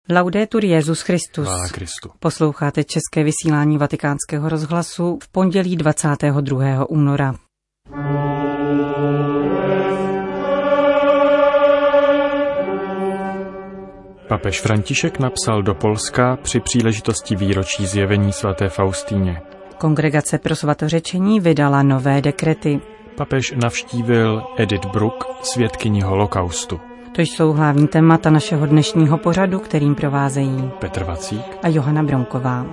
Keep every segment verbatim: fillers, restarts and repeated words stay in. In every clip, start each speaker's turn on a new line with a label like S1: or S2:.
S1: Laudetur Jesus Christus.
S2: Chvála Kristu.
S1: Posloucháte české vysílání Vatikánského rozhlasu v pondělí dvacátého druhého února.
S2: Papež František napsal do Polska při příležitosti výročí zjevení svaté Faustýně.
S1: Kongregace pro svatořečení vydala nové dekrety.
S2: Papež navštívil Edith Bruck, svědkyni holokaustu.
S1: To jsou hlavní témata našeho dnešního pořadu, kterým provázejí
S2: Petr Vacík
S1: a Johana Bronková.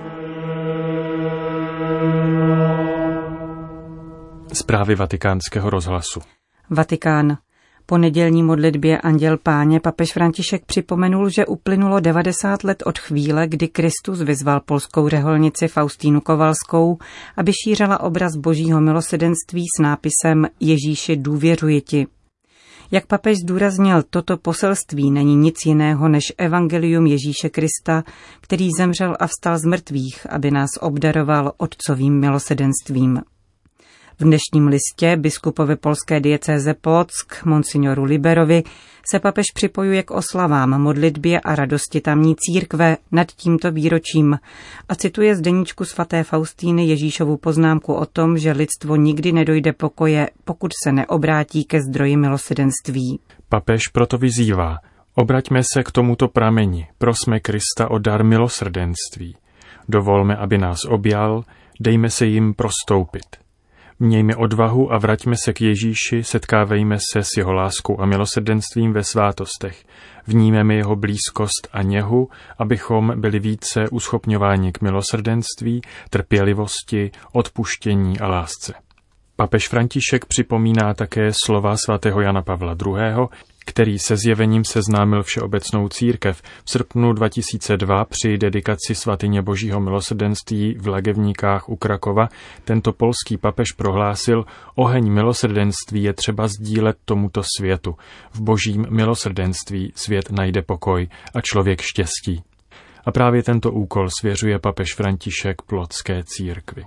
S2: Zprávy Vatikánského rozhlasu.
S1: Vatikán. Po nedělní modlitbě Anděl Páně papež František připomenul, že uplynulo devadesát let od chvíle, kdy Kristus vyzval polskou řeholnici Faustínu Kowalskou, aby šířila obraz božího milosedenství s nápisem Ježíši, důvěřuji ti. Jak papež zdůraznil, toto poselství není nic jiného než evangelium Ježíše Krista, který zemřel a vstal z mrtvých, aby nás obdaroval otcovým milosedenstvím. V dnešním listě biskupovi polské diecéze Płock, monsignoru Liberovi, se papež připojuje k oslavám, modlitbě a radosti tamní církve nad tímto výročím a cituje z deníčku svaté Faustíny Ježíšovu poznámku o tom, že lidstvo nikdy nedojde pokoje, pokud se neobrátí ke zdroji milosedenství.
S2: Papež proto vyzývá: obraťme se k tomuto prameni, prosme Krista o dar milosrdenství. Dovolme, aby nás objal, dejme se jim prostoupit. Mějme odvahu a vraťme se k Ježíši, setkávejme se s jeho láskou a milosrdenstvím ve svátostech. Vnímeme jeho blízkost a něhu, abychom byli více uschopňováni k milosrdenství, trpělivosti, odpuštění a lásce. Papež František připomíná také slova svatého Jana Pavla druhého., který se zjevením seznámil všeobecnou církev v srpnu dva tisíce dva při dedikaci svatyně božího milosrdenství v Lagevníkách u Krakova. Tento polský papež prohlásil: oheň milosrdenství je třeba sdílet tomuto světu. V božím milosrdenství svět najde pokoj a člověk štěstí. A právě tento úkol svěřuje papež František Płocké církvi.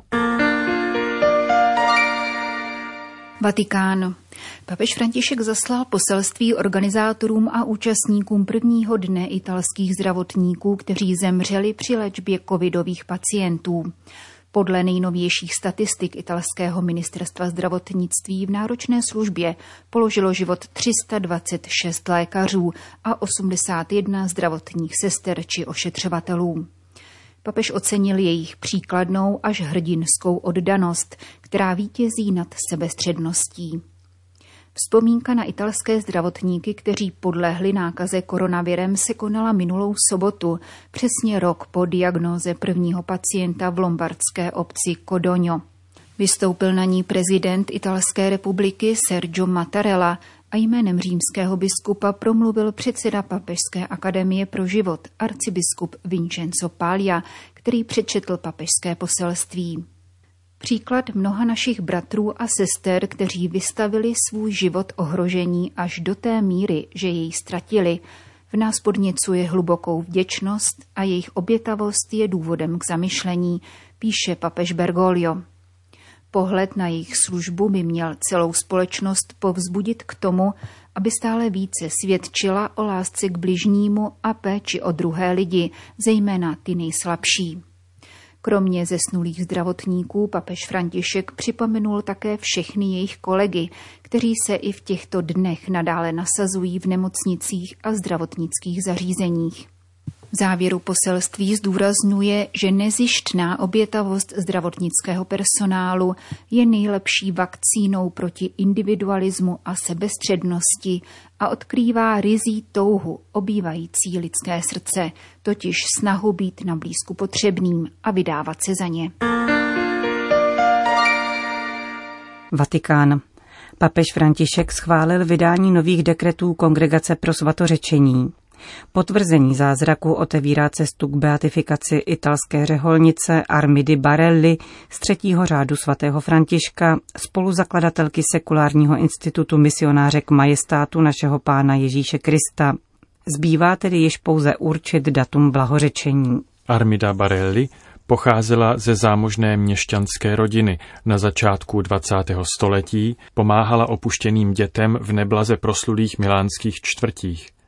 S3: Vatikán. Papež František zaslal poselství organizátorům a účastníkům prvního dne italských zdravotníků, kteří zemřeli při léčbě covidových pacientů. Podle nejnovějších statistik italského ministerstva zdravotnictví v náročné službě položilo život tři sta dvacet šest lékařů a osmdesát jedna zdravotních sester či ošetřovatelů. Papež ocenil jejich příkladnou až hrdinskou oddanost, která vítězí nad sebestředností. Vzpomínka na italské zdravotníky, kteří podlehli nákaze koronavirem, se konala minulou sobotu, přesně rok po diagnóze prvního pacienta v lombardské obci Codogno. Vystoupil na ní prezident Italské republiky Sergio Mattarella a jménem římského biskupa promluvil předseda Papežské akademie pro život arcibiskup Vincenzo Paglia, který přečetl papežské poselství. Příklad mnoha našich bratrů a sester, kteří vystavili svůj život ohrožení až do té míry, že jej ztratili, v nás podněcuje hlubokou vděčnost a jejich obětavost je důvodem k zamyšlení, píše papež Bergoglio. Pohled na jejich službu by měl celou společnost povzbudit k tomu, aby stále více svědčila o lásce k bližnímu a péči o druhé lidi, zejména ty nejslabší. Kromě zesnulých zdravotníků papež František připomenul také všechny jejich kolegy, kteří se i v těchto dnech nadále nasazují v nemocnicích a zdravotnických zařízeních. V závěru poselství zdůrazňuje, že nezištná obětavost zdravotnického personálu je nejlepší vakcínou proti individualismu a sebestřednosti a odkrývá ryzí touhu obývající lidské srdce, totiž snahu být na blízku potřebným a vydávat se za ně.
S1: Vatikán. Papež František schválil vydání nových dekretů Kongregace pro svatořečení. Potvrzení zázraku otevírá cestu k beatifikaci italské řeholnice Armidy Barelli z třetího řádu svatého Františka, spoluzakladatelky sekulárního institutu misionářek majestátu našeho Pána Ježíše Krista. Zbývá tedy již pouze určit datum blahořečení.
S2: Armida Barelli pocházela ze zámožné měšťanské rodiny. Na začátku dvacátého století pomáhala opuštěným dětem v neblaze proslulých milánských čtvrtích.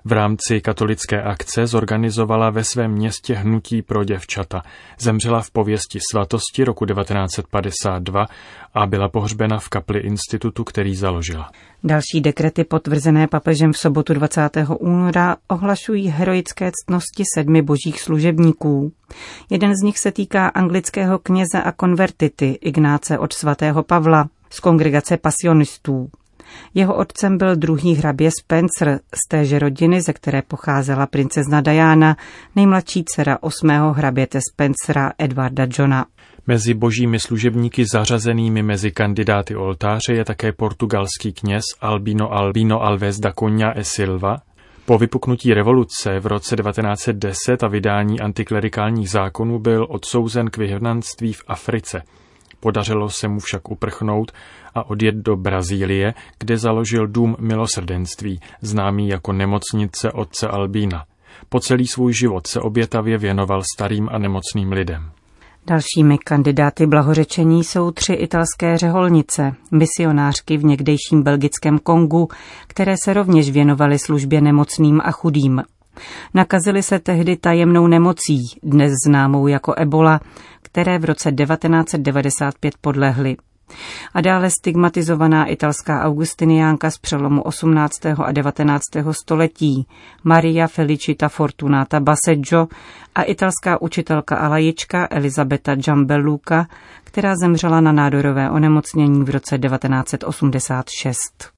S2: V rámci katolické akce zorganizovala ve svém městě hnutí pro děvčata. Zemřela v pověsti svatosti roku devatenáct set padesát dva a byla pohřbena v kapli institutu, který založila.
S1: Další dekrety potvrzené papežem v sobotu dvacátého února ohlašují heroické ctnosti sedmi božích služebníků. Jeden z nich se týká anglického kněze a konvertity Ignáce od svatého Pavla z kongregace pasionistů. Jeho otcem byl druhý hrabě Spencer z téže rodiny, ze které pocházela princezna Diana, nejmladší dcera osmého hraběte Spencera Edwarda Johna.
S2: Mezi božími služebníky zařazenými mezi kandidáty oltáře je také portugalský kněz Albino Albino Alves da Cunha e Silva. Po vypuknutí revoluce v roce devatenáct set deset a vydání antiklerikálních zákonů byl odsouzen k vyhnanství v Africe. Podařilo se mu však uprchnout a odjet do Brazílie, kde založil dům milosrdenství, známý jako nemocnice otce Albína. Po celý svůj život se obětavě věnoval starým a nemocným lidem.
S1: Dalšími kandidáty blahořečení jsou tři italské řeholnice, misionářky v někdejším belgickém Kongu, které se rovněž věnovaly službě nemocným a chudým. Nakazily se tehdy tajemnou nemocí, dnes známou jako ebola, které v roce devatenáct set devadesát pět podlehly. A dále stigmatizovaná italská augustiniánka z přelomu osmnáctého a devatenáctého století Maria Felicita Fortunata Baseggio a italská učitelka a lajička Elisabetta Giambelluca, která zemřela na nádorové onemocnění v roce devatenáct set osmdesát šest.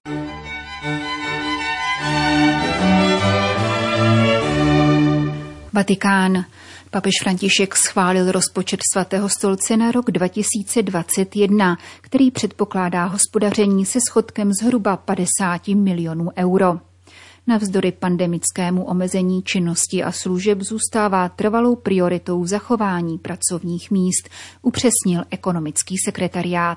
S3: Vatikán. Papež František schválil rozpočet Svatého stolce na rok dva tisíce dvacet jedna, který předpokládá hospodaření se schodkem zhruba padesát milionů euro. Navzdory pandemickému omezení činnosti a služeb zůstává trvalou prioritou zachování pracovních míst, upřesnil ekonomický sekretariát.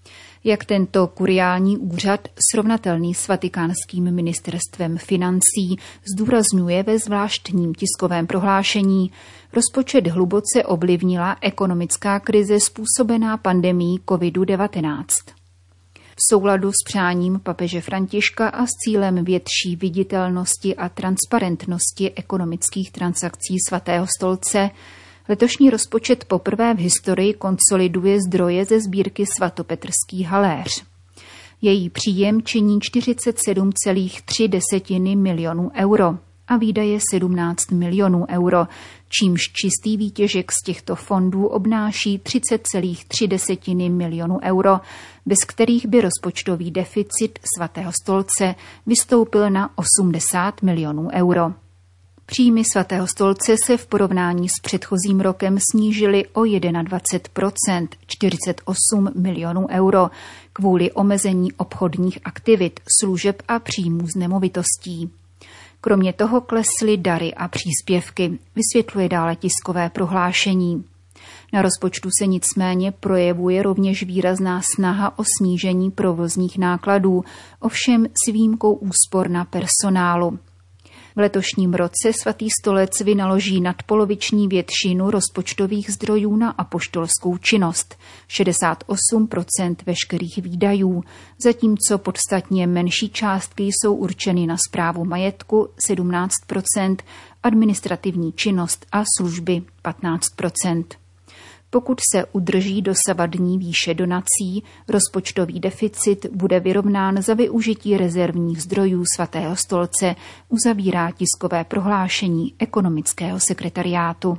S3: Jak tento kuriální úřad, srovnatelný s vatikánským ministerstvem financí, zdůrazňuje ve zvláštním tiskovém prohlášení, rozpočet hluboce ovlivnila ekonomická krize způsobená pandemií kovid devatenáct. V souladu s přáním papeže Františka a s cílem větší viditelnosti a transparentnosti ekonomických transakcí Svatého stolce letošní rozpočet poprvé v historii konsoliduje zdroje ze sbírky svatopetrský haléř. Její příjem činí čtyřicet sedm celá tři milionů euro a výdaje sedmnáct milionů euro, čímž čistý výtěžek z těchto fondů obnáší třicet celá tři milionů euro, bez kterých by rozpočtový deficit Svatého stolce vystoupil na osmdesát milionů euro. Příjmy Svatého stolce se v porovnání s předchozím rokem snížily o dvacet jedna procent, čtyřicet osm milionů euro, kvůli omezení obchodních aktivit, služeb a příjmů z nemovitostí. Kromě toho klesly dary a příspěvky, vysvětluje dále tiskové prohlášení. Na rozpočtu se nicméně projevuje rovněž výrazná snaha o snížení provozních nákladů, ovšem s výjimkou úspor na personálu. V letošním roce Svatý stolec vynaloží nadpoloviční většinu rozpočtových zdrojů na apoštolskou činnost, šedesát osm procent veškerých výdajů, zatímco podstatně menší částky jsou určeny na správu majetku sedmnáct procent, administrativní činnost a služby patnáct procent. Pokud se udrží dosavadní výše donací, rozpočtový deficit bude vyrovnán za využití rezervních zdrojů Svatého stolce, uzavírá tiskové prohlášení ekonomického sekretariátu.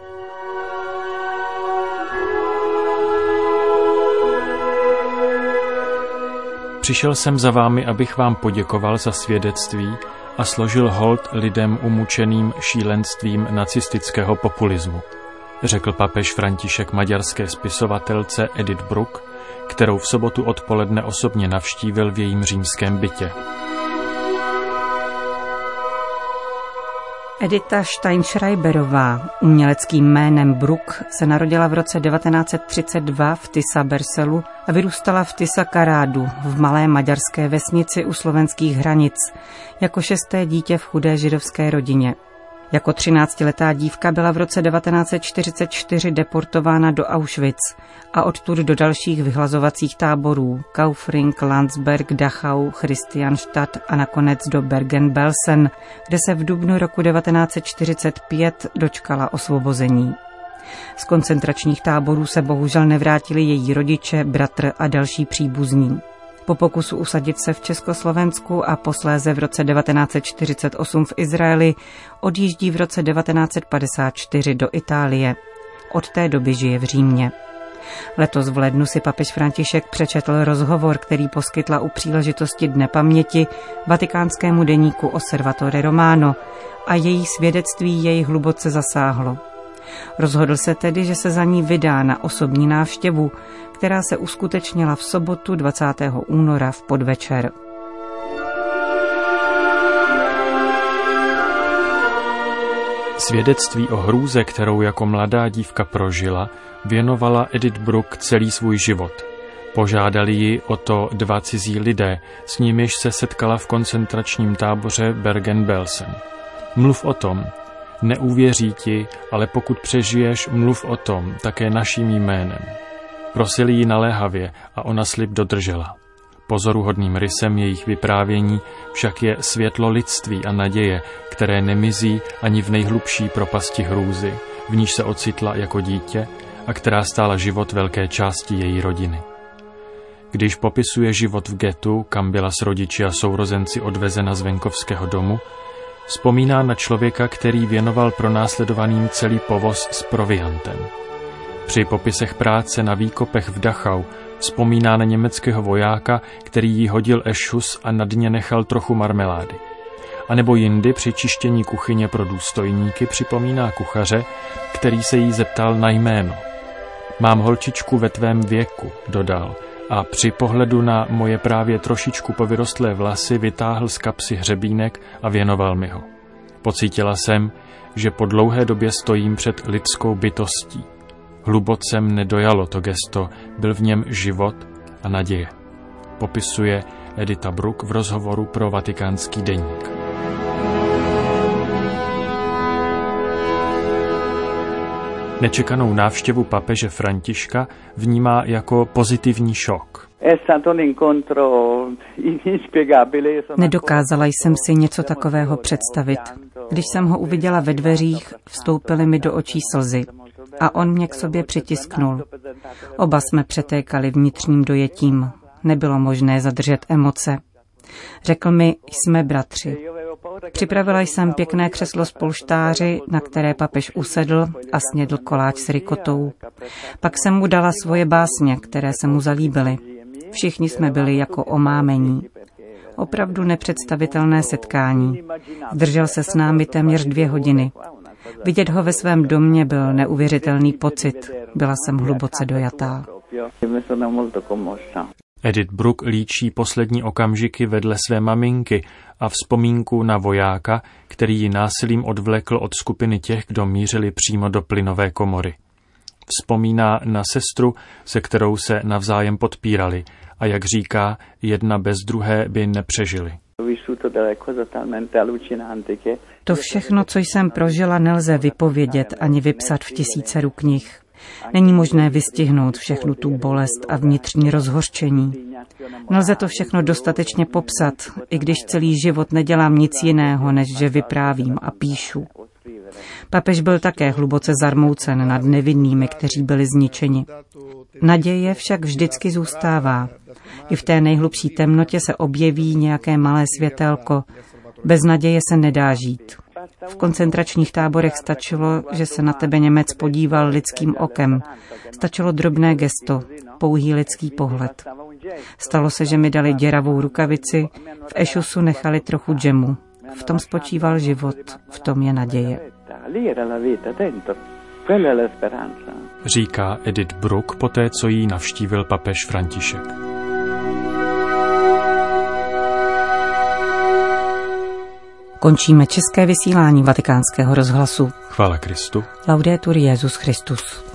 S2: Přišel jsem za vámi, abych vám poděkoval za svědectví a složil hold lidem umučeným šílenstvím nacistického populismu, řekl papež František maďarské spisovatelce Edith Bruck, kterou v sobotu odpoledne osobně navštívil v jejím římském bytě.
S1: Edita Steinschreiberová, uměleckým jménem Bruck, se narodila v roce devatenáct set třicet dva v Tisa Berselu a vyrůstala v Tisa Karádu, v malé maďarské vesnici u slovenských hranic, jako šesté dítě v chudé židovské rodině. Jako třináctiletá dívka byla v roce devatenáct set čtyřicet čtyři deportována do Auschwitz a odtud do dalších vyhlazovacích táborů Kaufring, Landsberg, Dachau, Christianstadt a nakonec do Bergen-Belsen, kde se v dubnu roku devatenáct set čtyřicet pět dočkala osvobození. Z koncentračních táborů se bohužel nevrátili její rodiče, bratr a další příbuzní. Po pokusu usadit se v Československu a posléze v roce devatenáct set čtyřicet osm v Izraeli odjíždí v roce devatenáct set padesát čtyři do Itálie. Od té doby žije v Římě. Letos v lednu si papež František přečetl rozhovor, který poskytla u příležitosti Dne paměti vatikánskému deníku Osservatore Romano a její svědectví jej hluboce zasáhlo. Rozhodl se tedy, že se za ní vydá na osobní návštěvu, která se uskutečnila v sobotu dvacátého února v podvečer.
S2: Svědectví o hrůze, kterou jako mladá dívka prožila, věnovala Edith Bruck celý svůj život. Požádali ji o to dva cizí lidé, s nimiž se setkala v koncentračním táboře Bergen-Belsen. Mluv o tom. Neuvěří ti, ale pokud přežiješ, mluv o tom také naším jménem. Prosili ji naléhavě a ona slib dodržela. Pozoruhodným rysem jejich vyprávění však je světlo lidství a naděje, které nemizí ani v nejhlubší propasti hrůzy, v níž se ocitla jako dítě a která stála život velké části její rodiny. Když popisuje život v ghettu, kam byla s rodiči a sourozenci odvezena z venkovského domu, vzpomíná na člověka, který věnoval pronásledovaným celý povoz s proviantem. Při popisech práce na výkopech v Dachau vzpomíná na německého vojáka, který jí hodil ešus a na dně nechal trochu marmelády. A nebo jindy při čištění kuchyně pro důstojníky připomíná kuchaře, který se jí zeptal na jméno. Mám holčičku ve tvém věku, dodal, a při pohledu na moje právě trošičku povyrostlé vlasy vytáhl z kapsy hřebínek a věnoval mi ho. Pocítila jsem, že po dlouhé době stojím před lidskou bytostí. Hluboce mne dojalo to gesto, byl v něm život a naděje. Popisuje Edita Bruck v rozhovoru pro Vatikánský deník. Nečekanou návštěvu papeže Františka vnímá jako pozitivní šok.
S1: Nedokázala jsem si něco takového představit. Když jsem ho uviděla ve dveřích, vstoupily mi do očí slzy a on mě k sobě přitisknul. Oba jsme přetékali vnitřním dojetím. Nebylo možné zadržet emoce. Řekl mi, jsme bratři. Připravila jsem pěkné křeslo z polštáři, na které papež usedl a snědl koláč s rikotou. Pak jsem mu dala svoje básně, které se mu zalíbily. Všichni jsme byli jako omámení. Opravdu nepředstavitelné setkání. Zdržel se s námi téměř dvě hodiny. Vidět ho ve svém domě byl neuvěřitelný pocit. Byla jsem hluboce dojatá.
S2: Edith Bruck líčí poslední okamžiky vedle své maminky a vzpomínku na vojáka, který ji násilím odvlekl od skupiny těch, kdo mířili přímo do plynové komory. Vzpomíná na sestru, se kterou se navzájem podpírali a jak říká, jedna bez druhé by nepřežili.
S1: To všechno, co jsem prožila, nelze vypovědět ani vypsat v tisíceru knih. Není možné vystihnout všechnu tu bolest a vnitřní rozhořčení. Nelze to všechno dostatečně popsat, i když celý život nedělám nic jiného, než že vyprávím a píšu. Papež byl také hluboce zarmoucen nad nevinnými, kteří byli zničeni. Naděje však vždycky zůstává. I v té nejhlubší temnotě se objeví nějaké malé světélko. Bez naděje se nedá žít. V koncentračních táborech stačilo, že se na tebe Němec podíval lidským okem. Stačilo drobné gesto, pouhý lidský pohled. Stalo se, že mi dali děravou rukavici, v ešusu nechali trochu džemu. V tom spočíval život, v tom je naděje.
S2: Říká Edith Bruck poté, co jí navštívil papež František.
S1: Končíme české vysílání Vatikánského rozhlasu.
S2: Chvála Kristu.
S1: Laudetur Jesus Christus.